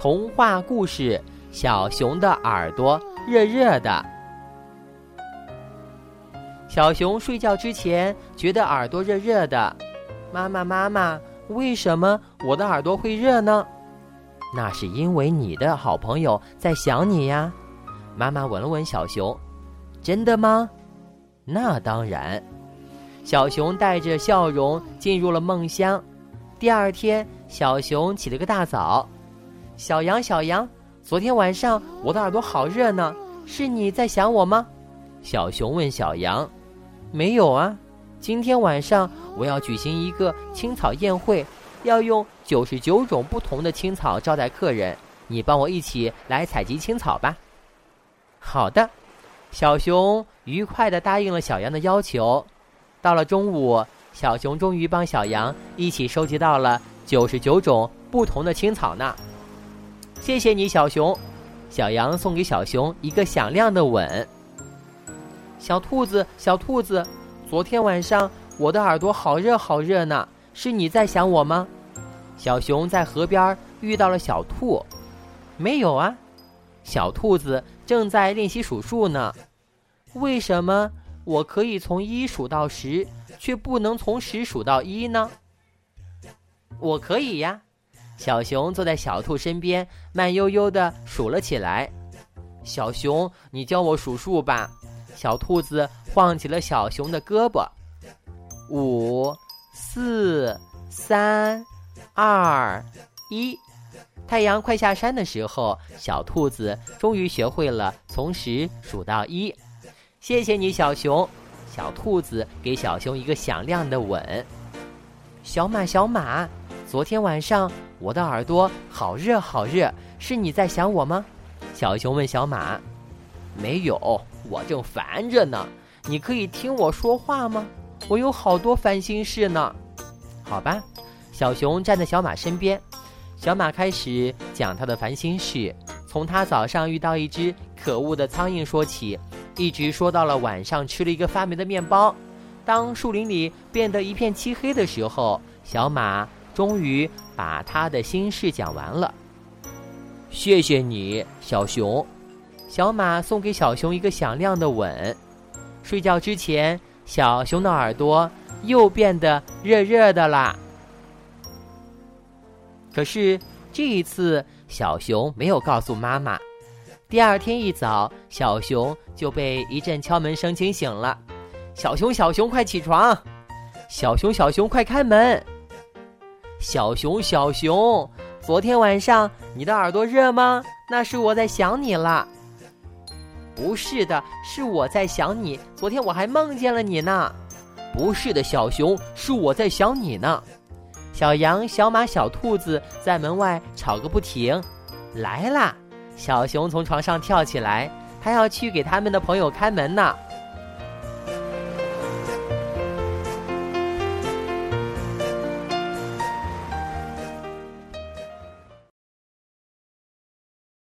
童话故事《小熊的耳朵热热的》。小熊睡觉之前觉得耳朵热热的，妈妈，为什么我的耳朵会热呢？那是因为你的好朋友在想你呀。妈妈吻了吻小熊，真的吗？那当然。小熊带着笑容进入了梦乡。第二天，小熊起了个大早。小羊，昨天晚上我的耳朵好热呢，是你在想我吗？小熊问小羊。没有啊，今天晚上我要举行一个青草宴会，要用99种不同的青草招待客人，你帮我一起来采集青草吧。好的，小熊愉快地答应了小羊的要求。到了中午，小熊终于帮小羊一起收集到了99种不同的青草呢。谢谢你，小熊。小羊送给小熊一个响亮的吻。小兔子，昨天晚上我的耳朵好热呢，是你在想我吗？小熊在河边遇到了小兔。没有啊，小兔子正在练习数数呢。为什么我可以从1数到10，却不能从10数到1呢？我可以呀。小熊坐在小兔身边，慢悠悠地数了起来。小熊，你教我数数吧。小兔子晃起了小熊的胳膊。5、4、3、2、1。太阳快下山的时候，小兔子终于学会了从10数到1。谢谢你，小熊。小兔子给小熊一个响亮的吻。小马，昨天晚上我的耳朵好热，是你在想我吗？小熊问小马。没有，我正烦着呢。你可以听我说话吗？我有好多烦心事呢。好吧，小熊站在小马身边。小马开始讲他的烦心事，从他早上遇到一只可恶的苍蝇说起，一直说到了晚上吃了一个发霉的面包。当树林里变得一片漆黑的时候，小马终于把他的心事讲完了。谢谢你，小熊。小马送给小熊一个响亮的吻。睡觉之前，小熊的耳朵又变得热热的啦。可是这一次，小熊没有告诉妈妈。第二天一早，小熊就被一阵敲门声惊醒了。小熊，快起床！小熊，快开门！小熊，昨天晚上你的耳朵热吗？那是我在想你了。不是的，是我在想你，昨天我还梦见了你呢。不是的，小熊，是我在想你呢。小羊、小马、小兔子在门外吵个不停。来啦！小熊从床上跳起来，他要去给他们的朋友开门呢。